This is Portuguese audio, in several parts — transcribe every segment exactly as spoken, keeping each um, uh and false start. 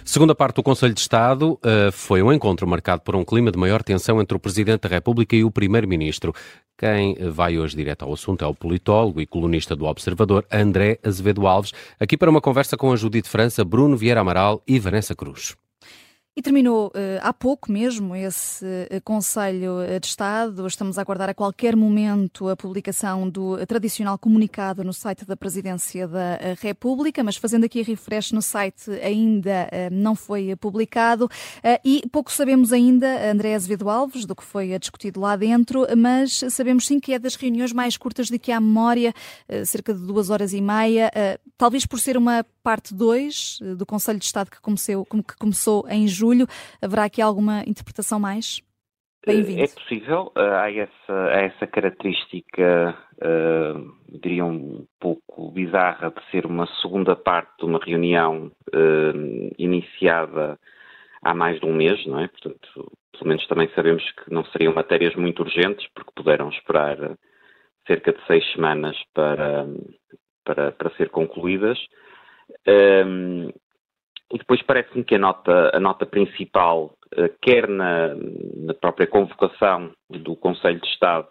Segunda parte do Conselho de Estado uh, foi um encontro marcado por um clima de maior tensão entre o Presidente da República e o Primeiro-Ministro. Quem vai hoje direto ao assunto é o politólogo e colunista do Observador, André Azevedo Alves, aqui para uma conversa com a Judite França, Bruno Vieira Amaral e Vanessa Cruz. E terminou uh, há pouco mesmo esse uh, Conselho de Estado. Estamos a aguardar a qualquer momento a publicação do uh, tradicional comunicado no site da Presidência da uh, República, mas fazendo aqui a refresh no site ainda uh, não foi publicado uh, e pouco sabemos ainda, André Azevedo Alves, do que foi uh, discutido lá dentro, mas sabemos sim que é das reuniões mais curtas de que há memória, uh, cerca de duas horas e meia, uh, talvez por ser uma parte dois uh, do Conselho de Estado que começou, que começou em julho. Haverá aqui alguma interpretação mais? Bem-vindo. É possível, há essa, há essa característica, uh, diria um pouco bizarra, de ser uma segunda parte de uma reunião uh, iniciada há mais de um mês, não é? Portanto, pelo menos também sabemos que não seriam matérias muito urgentes, porque puderam esperar cerca de seis semanas para, para, para ser concluídas. Um, E depois parece-me que a nota, a nota principal, quer na, na própria convocação do Conselho de Estado,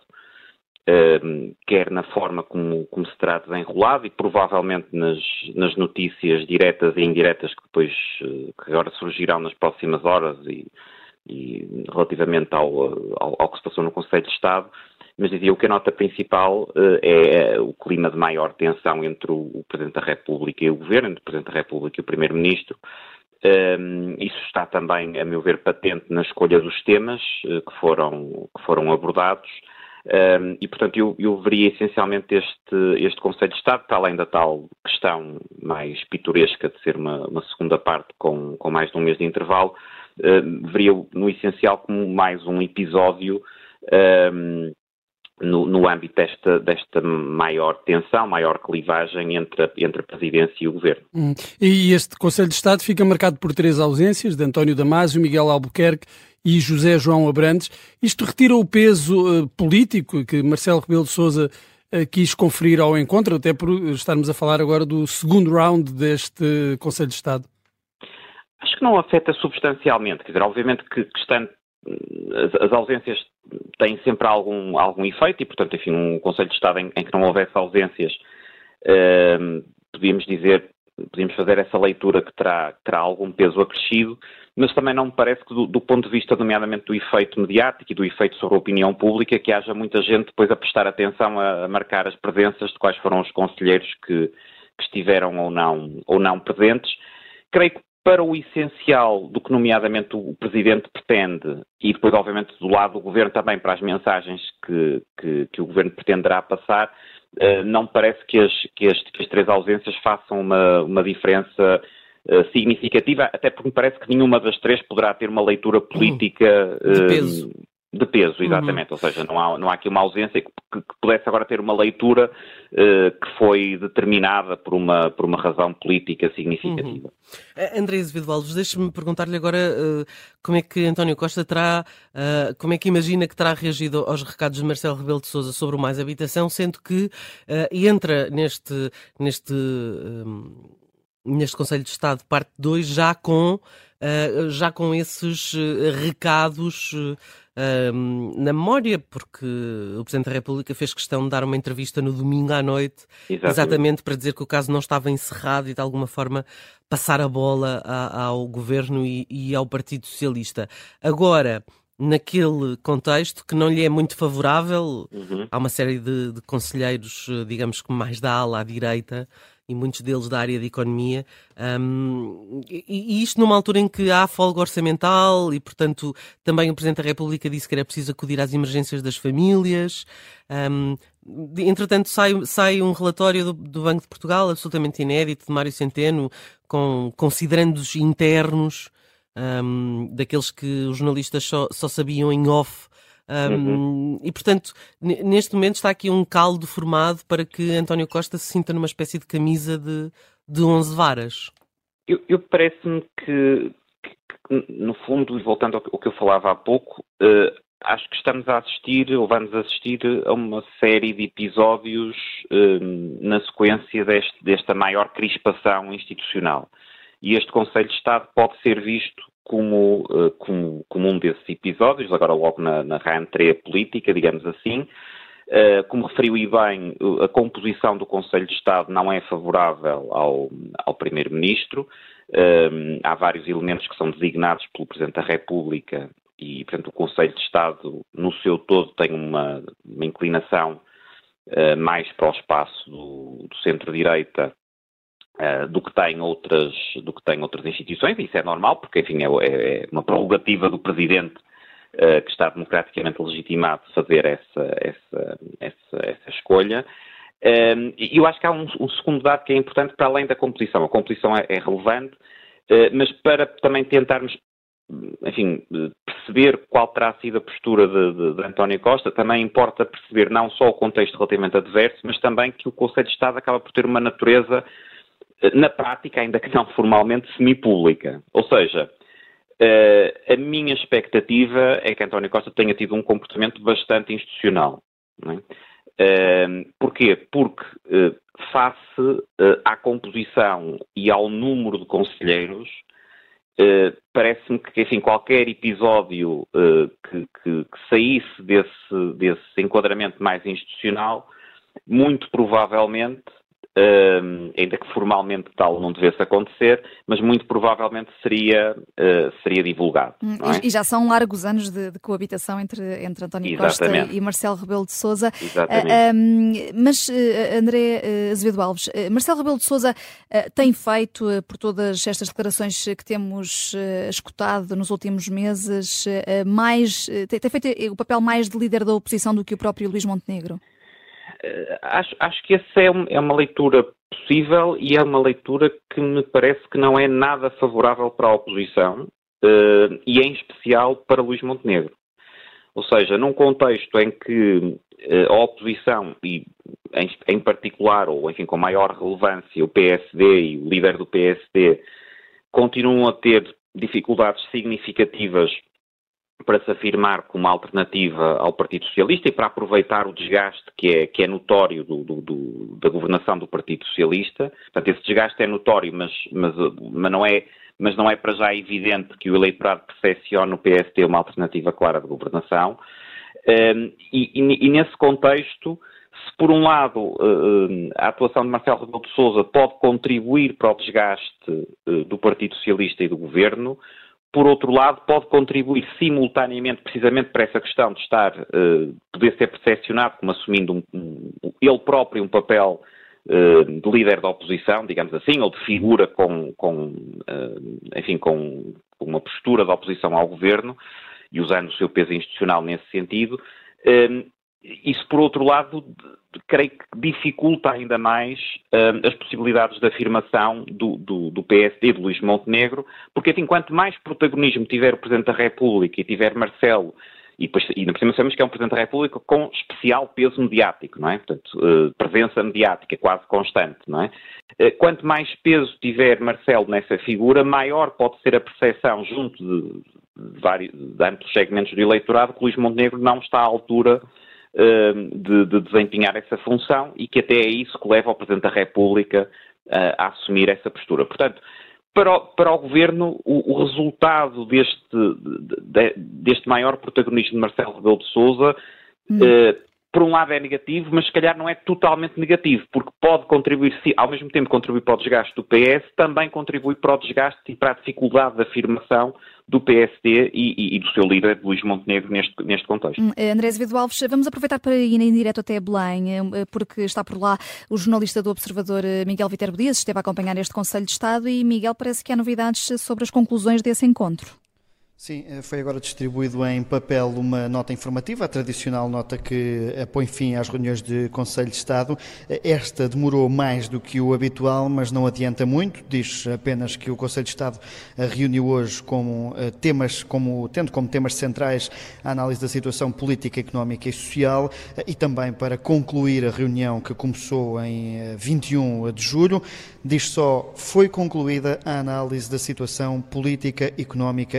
quer na forma como, como se terá desenrolado e provavelmente nas, nas notícias diretas e indiretas que depois, que agora surgirão nas próximas horas e, e relativamente ao, ao, ao que se passou no Conselho de Estado, mas dizia que a nota principal uh, é o clima de maior tensão entre o, o Presidente da República e o Governo, entre o Presidente da República e o Primeiro-Ministro. Um, isso está também, a meu ver, patente na escolha dos temas uh, que, foram, que foram abordados um, e, portanto, eu, eu veria essencialmente este, este Conselho de Estado, para além da tal questão mais pitoresca de ser uma, uma segunda parte com, com mais de um mês de intervalo, uh, veria no essencial como mais um episódio um, No, no âmbito desta, desta maior tensão, maior clivagem entre a, entre a Presidência e o Governo. Hum. E este Conselho de Estado fica marcado por três ausências, de António Damasio, Miguel Albuquerque e José João Abrantes. Isto retira o peso uh, político que Marcelo Rebelo de Sousa uh, quis conferir ao encontro, até por estarmos a falar agora do segundo round deste Conselho de Estado? Acho que não afeta substancialmente. Quer dizer, obviamente que, que estando As, as ausências têm sempre algum, algum efeito e, portanto, enfim, um Conselho de Estado em, em que não houvesse ausências, uh, podíamos dizer, podíamos fazer essa leitura que terá, terá algum peso acrescido, mas também não me parece que, do, do ponto de vista, nomeadamente, do efeito mediático e do efeito sobre a opinião pública, que haja muita gente depois a prestar atenção a, a marcar as presenças de quais foram os conselheiros que, que estiveram ou não, ou não presentes. Creio que para o essencial do que, nomeadamente, o Presidente pretende e depois, obviamente, do lado do Governo também para as mensagens que, que, que o Governo pretenderá passar, uh, não parece que as, que, as, que as três ausências façam uma, uma diferença uh, significativa, até porque me parece que nenhuma das três poderá ter uma leitura política de peso. Uh, De peso, exatamente. Uhum. Ou seja, não há, não há aqui uma ausência que, que, que pudesse agora ter uma leitura uh, que foi determinada por uma, por uma razão política significativa. Uhum. André Azevedo Alves, deixe-me perguntar-lhe agora uh, como é que António Costa terá, uh, como é que imagina que terá reagido aos recados de Marcelo Rebelo de Sousa sobre o Mais Habitação, sendo que uh, entra neste, neste, um, neste Conselho de Estado parte dois já com, uh, já com esses uh, recados uh, Um, na memória, porque o Presidente da República fez questão de dar uma entrevista no domingo à noite, exatamente, exatamente para dizer que o caso não estava encerrado e de alguma forma passar a bola a, ao Governo e, e ao Partido Socialista. Agora, naquele contexto que não lhe é muito favorável, uhum. há uma série de, de conselheiros, digamos que mais da ala à direita, e muitos deles da área de economia, um, e, e isto numa altura em que há folga orçamental e, portanto, também o Presidente da República disse que era preciso acudir às emergências das famílias. Um, entretanto, sai, sai um relatório do, do Banco de Portugal, absolutamente inédito, de Mário Centeno, com considerandos internos, um, daqueles que os jornalistas só, só sabiam em off. Um, uhum. E, portanto, n- neste momento está aqui um caldo formado para que António Costa se sinta numa espécie de camisa de, de onze varas. Eu, eu parece-me que, que, que, no fundo, e voltando ao que, ao que eu falava há pouco, uh, acho que estamos a assistir, ou vamos assistir, a uma série de episódios uh, na sequência deste, desta maior crispação institucional. e este Conselho de Estado pode ser visto como, como, como um desses episódios, agora logo na, na reentrée política, digamos assim. Como referiu e bem, a composição do Conselho de Estado não é favorável ao, ao Primeiro-Ministro. Há vários elementos que são designados pelo Presidente da República e, portanto, o Conselho de Estado, no seu todo, tem uma, uma inclinação uh, mais para o espaço do, do centro-direita uh, do que tem outras, do que tem outras instituições. Isso é normal, porque, enfim, é, é uma prerrogativa do Presidente, uh, que está democraticamente legitimado, fazer essa, essa, essa, essa escolha. E um, eu acho que há um, um segundo dado que é importante para além da composição. A composição é, é relevante, uh, mas para também tentarmos, enfim, perceber qual terá sido a postura de, de, de António Costa, também importa perceber não só o contexto relativamente adverso, mas também que o Conselho de Estado acaba por ter uma natureza, na prática, ainda que não formalmente, semipública. Ou seja, a minha expectativa é que António Costa tenha tido um comportamento bastante institucional. Não é? Porquê? Porque face à composição e ao número de conselheiros, Uh, parece-me que, enfim, qualquer episódio uh, que, que, que saísse desse, desse enquadramento mais institucional, muito provavelmente, uh, ainda que formalmente tal não devesse acontecer, mas muito provavelmente seria, uh, seria divulgado. Hum, não é? E já são largos anos de, de coabitação entre, entre António Exatamente. Costa e Marcelo Rebelo de Sousa. Exatamente. Uh, um, mas, uh, André uh, Azevedo Alves, uh, Marcelo Rebelo de Sousa uh, tem feito, uh, por todas estas declarações que temos uh, escutado nos últimos meses, uh, mais, uh, tem, tem feito o papel mais de líder da oposição do que o próprio Luís Montenegro? Acho, acho que essa é, um, é uma leitura possível e é uma leitura que me parece que não é nada favorável para a oposição uh, e em especial para Luís Montenegro. Ou seja, num contexto em que uh, a oposição, e em, em particular, ou enfim com maior relevância, o P S D e o líder do P S D continuam a ter dificuldades significativas para se afirmar como alternativa ao Partido Socialista e para aproveitar o desgaste que é, que é notório do, do, do, da governação do Partido Socialista. Portanto, esse desgaste é notório, mas, mas, mas, não é, mas não é para já evidente que o eleitorado percepcione no P S D uma alternativa clara de governação. Um, e, e, e nesse contexto, se por um lado uh, a atuação de Marcelo Rebelo de Sousa pode contribuir para o desgaste uh, do Partido Socialista e do Governo, por outro lado, pode contribuir simultaneamente precisamente para essa questão de estar, uh, poder ser percepcionado como assumindo um, um, ele próprio um papel uh, de líder da oposição, digamos assim, ou de figura com, com uh, enfim, com uma postura de oposição ao governo e usando o seu peso institucional nesse sentido. Uh, Isso, por outro lado, creio que dificulta ainda mais uh, as possibilidades de afirmação do, do, do P S D, de Luís Montenegro, porque, enfim, quanto mais protagonismo tiver o Presidente da República e tiver Marcelo, e depois ainda por cima sabemos que é um Presidente da República com especial peso mediático, não é? Portanto, uh, presença mediática quase constante, não é? Uh, quanto mais peso tiver Marcelo nessa figura, maior pode ser a percepção junto de, de, vários, de amplos segmentos do eleitorado que Luís Montenegro não está à altura De, de desempenhar essa função e que até é isso que leva o Presidente da República uh, a assumir essa postura. Portanto, para o, para o Governo, o, o resultado deste, de, deste maior protagonismo de Marcelo Rebelo de Sousa, hum. uh, por um lado é negativo, mas se calhar não é totalmente negativo, porque pode contribuir, ao mesmo tempo contribuir para o desgaste do P S, também contribui para o desgaste e para a dificuldade de afirmação do P S D e, e, e do seu líder, Luís Montenegro, neste, neste contexto. André Azevedo Alves, vamos aproveitar para ir em direto até Belém, porque está por lá o jornalista do Observador Miguel Viterbo Dias, esteve a acompanhar este Conselho de Estado e, Miguel, parece que há novidades sobre as conclusões desse encontro. Sim, foi agora distribuído em papel uma nota informativa, a tradicional nota que põe fim às reuniões de Conselho de Estado. Esta demorou mais do que o habitual, mas não adianta muito. Diz apenas que o Conselho de Estado reuniu hoje como temas, como, tendo como temas centrais a análise da situação política, económica e social e também para concluir a reunião que começou em vinte e um de julho. Diz só, foi concluída a análise da situação política, económica e social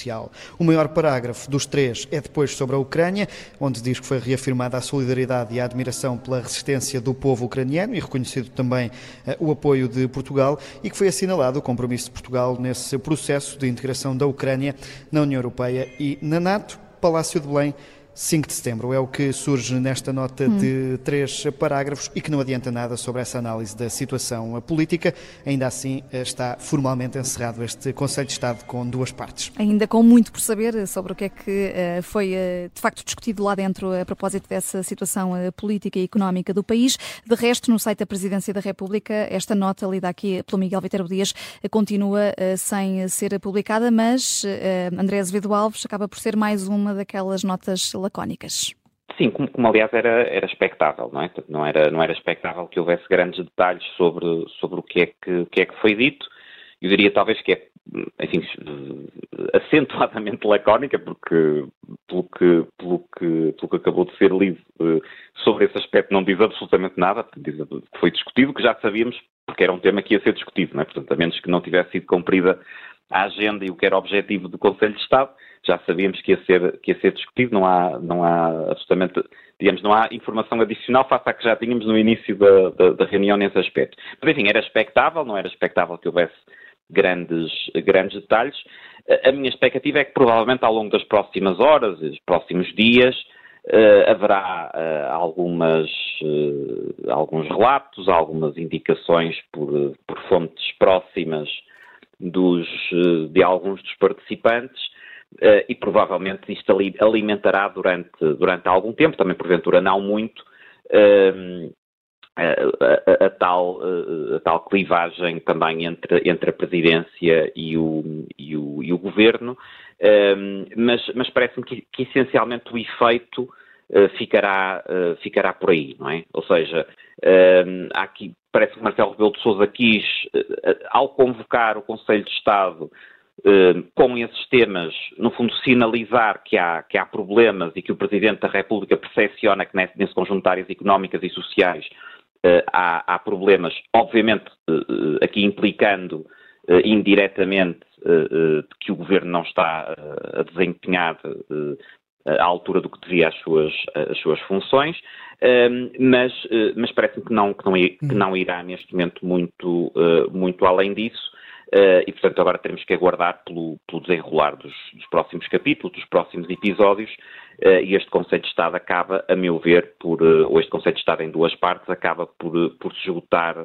social. O maior parágrafo dos três é depois sobre a Ucrânia, onde diz que foi reafirmada a solidariedade e a admiração pela resistência do povo ucraniano e reconhecido também uh, o apoio de Portugal e que foi assinalado o compromisso de Portugal nesse processo de integração da Ucrânia na União Europeia e na NATO. Palácio de Belém, cinco de setembro, é o que surge nesta nota hum. de três parágrafos e que não adianta nada sobre essa análise da situação política. Ainda assim, está formalmente encerrado este Conselho de Estado com duas partes. Ainda com muito por saber sobre o que é que foi de facto discutido lá dentro a propósito dessa situação política e económica do país. De resto, no site da Presidência da República, esta nota lida aqui pelo Miguel Viterbo Dias continua sem ser publicada, mas André Azevedo Alves acaba por ser mais uma daquelas notas lacónicas. Sim, como, como aliás era, era expectável, não é? Não era, não era expectável que houvesse grandes detalhes sobre, sobre o, que é que, o que é que foi dito. Eu diria talvez que é, enfim, acentuadamente lacónica, porque pelo que, pelo que, pelo que acabou de ser lido sobre esse aspecto não diz absolutamente nada, diz que foi discutido, que já sabíamos, porque era um tema que ia ser discutido, não é? Portanto, a menos que não tivesse sido cumprida a agenda e o que era o objetivo do Conselho de Estado, já sabíamos que ia ser, que ia ser discutido, não há, não há absolutamente, digamos, não há informação adicional face à que já tínhamos no início da, da, da reunião nesse aspecto. Mas, enfim, era expectável, não era expectável que houvesse grandes, grandes detalhes. A minha expectativa é que provavelmente ao longo das próximas horas, dos próximos dias, uh, haverá uh, algumas, uh, alguns relatos, algumas indicações por, por fontes próximas dos, de alguns dos participantes uh, e provavelmente isto ali alimentará durante, durante algum tempo, também porventura não muito, uh, a, a, a, tal, a tal clivagem também entre, entre a Presidência e o, e o, e o Governo, uh, mas, mas parece-me que, que essencialmente o efeito uh, ficará, uh, ficará por aí, não é? Ou seja, uh, há aqui parece que Marcelo Rebelo de Sousa quis, ao convocar o Conselho de Estado com esses temas, no fundo, sinalizar que há, que há problemas e que o Presidente da República percepciona que nesse, nesse conjunto de áreas económicas e sociais há, há problemas, obviamente aqui implicando indiretamente que o Governo não está a desempenhar à altura do que devia as suas, as suas funções, mas, mas parece-me que não, que, não, que não irá neste momento muito, muito além disso e, portanto, agora teremos que aguardar pelo, pelo desenrolar dos, dos próximos capítulos, dos próximos episódios e este Conselho de Estado acaba, a meu ver, por, ou este Conselho de Estado em duas partes, acaba por, por se esgotar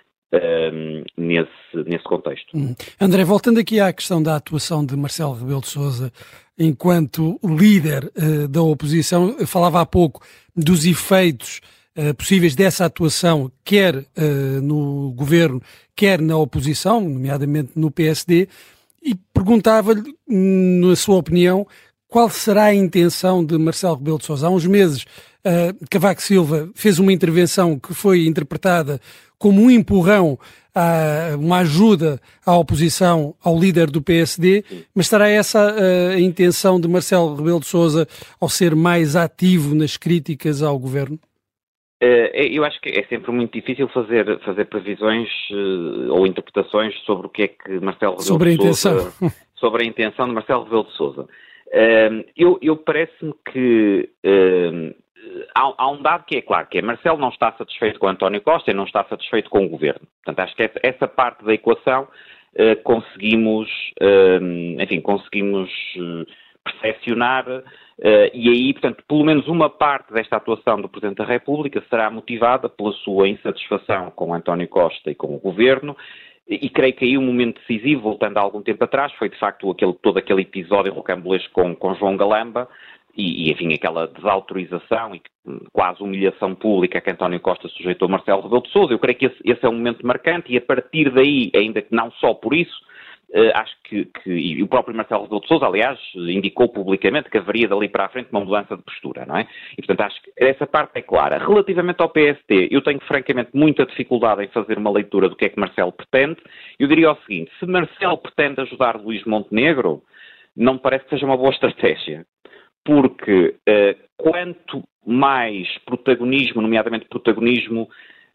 Um, nesse, nesse contexto. Hum. André, voltando aqui à questão da atuação de Marcelo Rebelo de Sousa enquanto líder uh, da oposição, eu falava há pouco dos efeitos uh, possíveis dessa atuação, quer uh, no governo, quer na oposição, nomeadamente no P S D, e perguntava-lhe, na sua opinião, qual será a intenção de Marcelo Rebelo de Sousa? Há uns meses, uh, Cavaco Silva fez uma intervenção que foi interpretada como um empurrão, a, uma ajuda à oposição ao líder do P S D, mas estará essa uh, a intenção de Marcelo Rebelo de Sousa ao ser mais ativo nas críticas ao governo? Uh, eu acho que é sempre muito difícil fazer, fazer previsões uh, ou interpretações sobre o que é que Marcelo Rebelo sobre de Sousa... sobre a intenção de Marcelo Rebelo de Sousa. Uh, eu, eu parece-me que uh, há, há um dado que é claro, que é Marcelo não está satisfeito com António Costa e não está satisfeito com o Governo. Portanto, acho que essa, essa parte da equação uh, conseguimos, uh, enfim, conseguimos uh, percepcionar uh, e aí, portanto, pelo menos uma parte desta atuação do Presidente da República será motivada pela sua insatisfação com António Costa e com o Governo. E creio que aí um momento decisivo, voltando há algum tempo atrás, foi de facto aquele, todo aquele episódio rocambolesco com, com João Galamba e, e, enfim, aquela desautorização e quase humilhação pública que António Costa sujeitou a Marcelo Rebelo de Sousa. Eu creio que esse, esse é um momento marcante e a partir daí, ainda que não só por isso, Uh, acho que, que, e o próprio Marcelo Rebelo de Sousa, aliás, indicou publicamente que haveria dali para a frente uma mudança de postura, não é? E, portanto, acho que essa parte é clara. Relativamente ao P S D, eu tenho, francamente, muita dificuldade em fazer uma leitura do que é que Marcelo pretende. Eu diria o seguinte, se Marcelo pretende ajudar Luís Montenegro, não me parece que seja uma boa estratégia. Porque uh, quanto mais protagonismo, nomeadamente protagonismo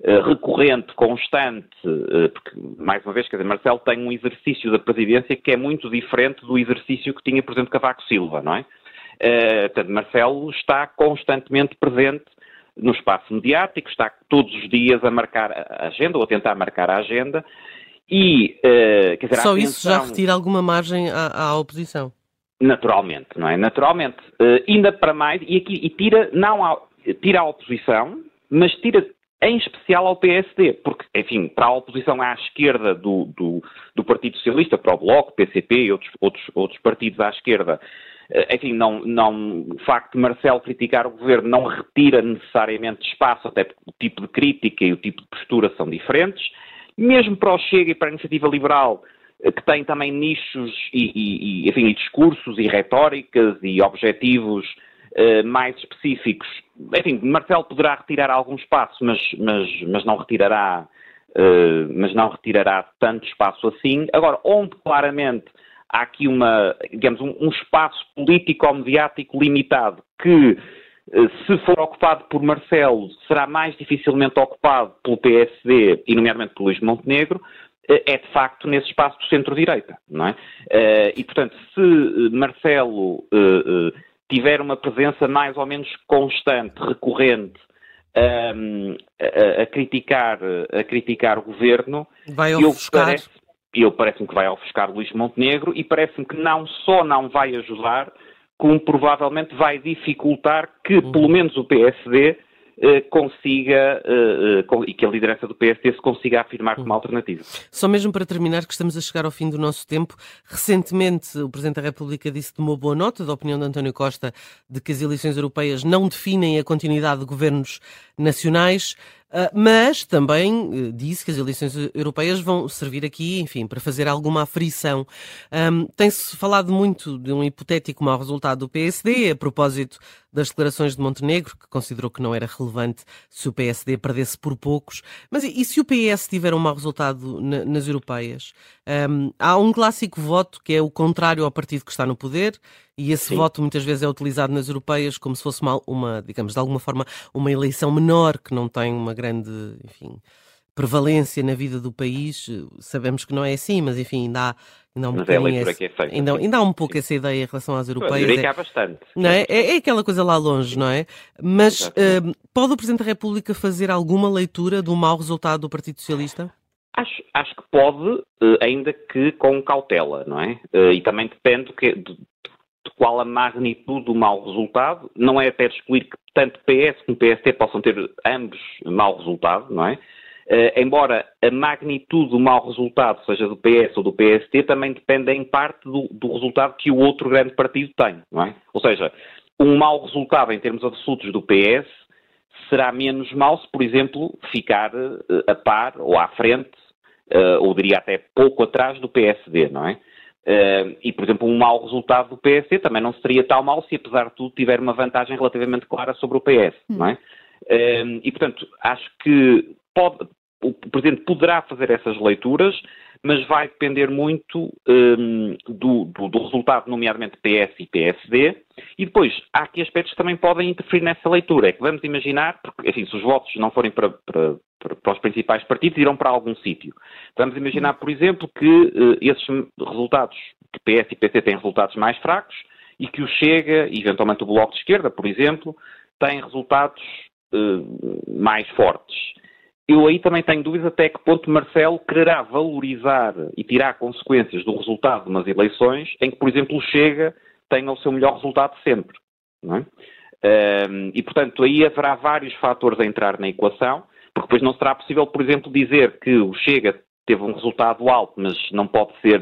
recorrente, constante, porque, mais uma vez, quer dizer, Marcelo tem um exercício da presidência que é muito diferente do exercício que tinha, por exemplo, Cavaco Silva, não é? Portanto, Marcelo está constantemente presente no espaço mediático, está todos os dias a marcar a agenda, ou a tentar marcar a agenda, e, quer dizer, só a isso atenção... já retira alguma margem à, à oposição? Naturalmente, não é? Naturalmente. Ainda para mais, e aqui e tira, não a, tira a oposição, mas tira em especial ao P S D, porque, enfim, para a oposição à esquerda do, do, do Partido Socialista, para o Bloco, P C P e outros, outros, outros partidos à esquerda, enfim, não, não, o facto de Marcelo criticar o governo não retira necessariamente espaço, até porque o tipo de crítica e o tipo de postura são diferentes. Mesmo para o Chega e para a Iniciativa Liberal, que tem também nichos e, e, e, enfim, e discursos e retóricas e objetivos Uh, mais específicos. Enfim, Marcelo poderá retirar algum espaço, mas, mas, mas não retirará, uh, mas não retirará tanto espaço assim. Agora, onde claramente há aqui uma, digamos, um, um espaço político-mediático limitado que, uh, se for ocupado por Marcelo, será mais dificilmente ocupado pelo P S D e, nomeadamente, por Luís Montenegro, uh, é de facto nesse espaço do centro-direita, não é? Uh, e, portanto, se Marcelo uh, uh, tiver uma presença mais ou menos constante, recorrente, um, a, a, criticar, a criticar o governo, vai ofuscar. Parece, eu parece-me que vai ofuscar Luís Montenegro e parece-me que não só não vai ajudar, como provavelmente vai dificultar que, uhum. pelo menos, o P S D Uh, consiga, uh, uh, com, e que a liderança do P S D se consiga afirmar como alternativa. Só mesmo para terminar, que estamos a chegar ao fim do nosso tempo, recentemente o Presidente da República disse de uma boa nota da opinião de António Costa de que as eleições europeias não definem a continuidade de governos nacionais, Uh, mas também uh, disse que as eleições europeias vão servir aqui, enfim, para fazer alguma aflição. Um, tem-se falado muito de um hipotético mau resultado do P S D, a propósito das declarações de Montenegro, que considerou que não era relevante se o P S D perdesse por poucos. Mas e, e se o P S tiver um mau resultado na, nas europeias? Um, há um clássico voto que é o contrário ao partido que está no poder, e esse Sim. voto muitas vezes é utilizado nas europeias como se fosse uma, uma, digamos, de alguma forma, uma eleição menor, que não tem uma grande, enfim, prevalência na vida do país. Sabemos que não é assim, mas enfim, ainda há, ainda há um mas é a leitura esse, que é feita. Ainda, ainda há um pouco Sim. essa ideia em relação às europeias. Eu diria que há bastante. Não é? É, é aquela coisa lá longe, não é? Mas uh, pode o Presidente da República fazer alguma leitura do mau resultado do Partido Socialista? Acho, acho que pode, ainda que com cautela, não é? E também depende do que... De, de qual a magnitude do mau resultado, não é até de excluir que tanto P S como P S D possam ter ambos mau resultado, não é? Uh, embora a magnitude do mau resultado, seja do P S ou do P S D, também depende em parte do, do resultado que o outro grande partido tem, não é? Ou seja, um mau resultado em termos absolutos do P S será menos mau se, por exemplo, ficar uh, a par ou à frente, uh, ou diria até pouco atrás do P S D, não é? Uh, e, por exemplo, um mau resultado do P S D também não seria tão mau se, apesar de tudo, tiver uma vantagem relativamente clara sobre o P S, hum. não é? Uh, e, portanto, acho que pode, o Presidente poderá fazer essas leituras, mas vai depender muito um, do, do, do resultado, nomeadamente P S e P S D, e depois há aqui aspectos que também podem interferir nessa leitura. É que vamos imaginar, porque, enfim, se os votos não forem para, para, para os principais partidos, irão para algum sítio. Vamos imaginar, por exemplo, que uh, esses resultados, que P S e P S D têm resultados mais fracos, e que o Chega, e eventualmente o Bloco de Esquerda, por exemplo, têm resultados uh, mais fortes. Eu aí também tenho dúvidas até que ponto Marcelo quererá valorizar e tirar consequências do resultado de umas eleições em que, por exemplo, o Chega tenha o seu melhor resultado sempre, não é? Um, e, portanto, aí haverá vários fatores a entrar na equação, porque depois não será possível, por exemplo, dizer que o Chega teve um resultado alto, mas não pode ser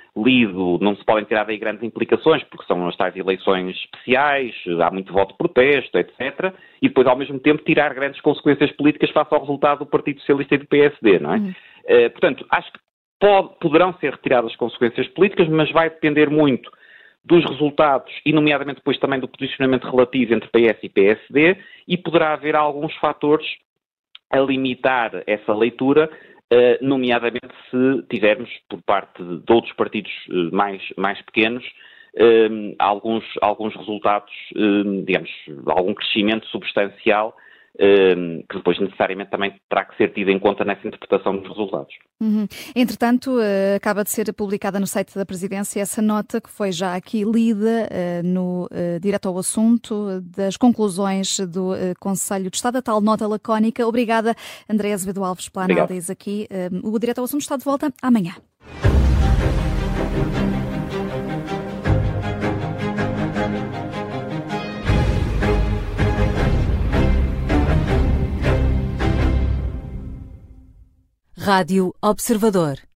lido, não se podem tirar daí grandes implicações, porque são as tais eleições especiais, há muito voto de protesto, etcétera, e depois, ao mesmo tempo, tirar grandes consequências políticas face ao resultado do Partido Socialista e do P S D, não é? Uhum. Uh, portanto, acho que pode, poderão ser retiradas consequências políticas, mas vai depender muito dos resultados e, nomeadamente, depois também do posicionamento relativo entre P S e P S D, e poderá haver alguns fatores a limitar essa leitura, Uh, nomeadamente se tivermos, por parte de, de outros partidos uh, mais, mais pequenos, uh, alguns, alguns resultados, uh, digamos, algum crescimento substancial que depois necessariamente também terá que ser tido em conta nessa interpretação dos resultados. Uhum. Entretanto, acaba de ser publicada no site da Presidência essa nota que foi já aqui lida no Direto ao Assunto das conclusões do Conselho de Estado, a tal nota lacónica. Obrigada, André Azevedo Alves, pela análise aqui. O Direto ao Assunto está de volta amanhã. Rádio Observador.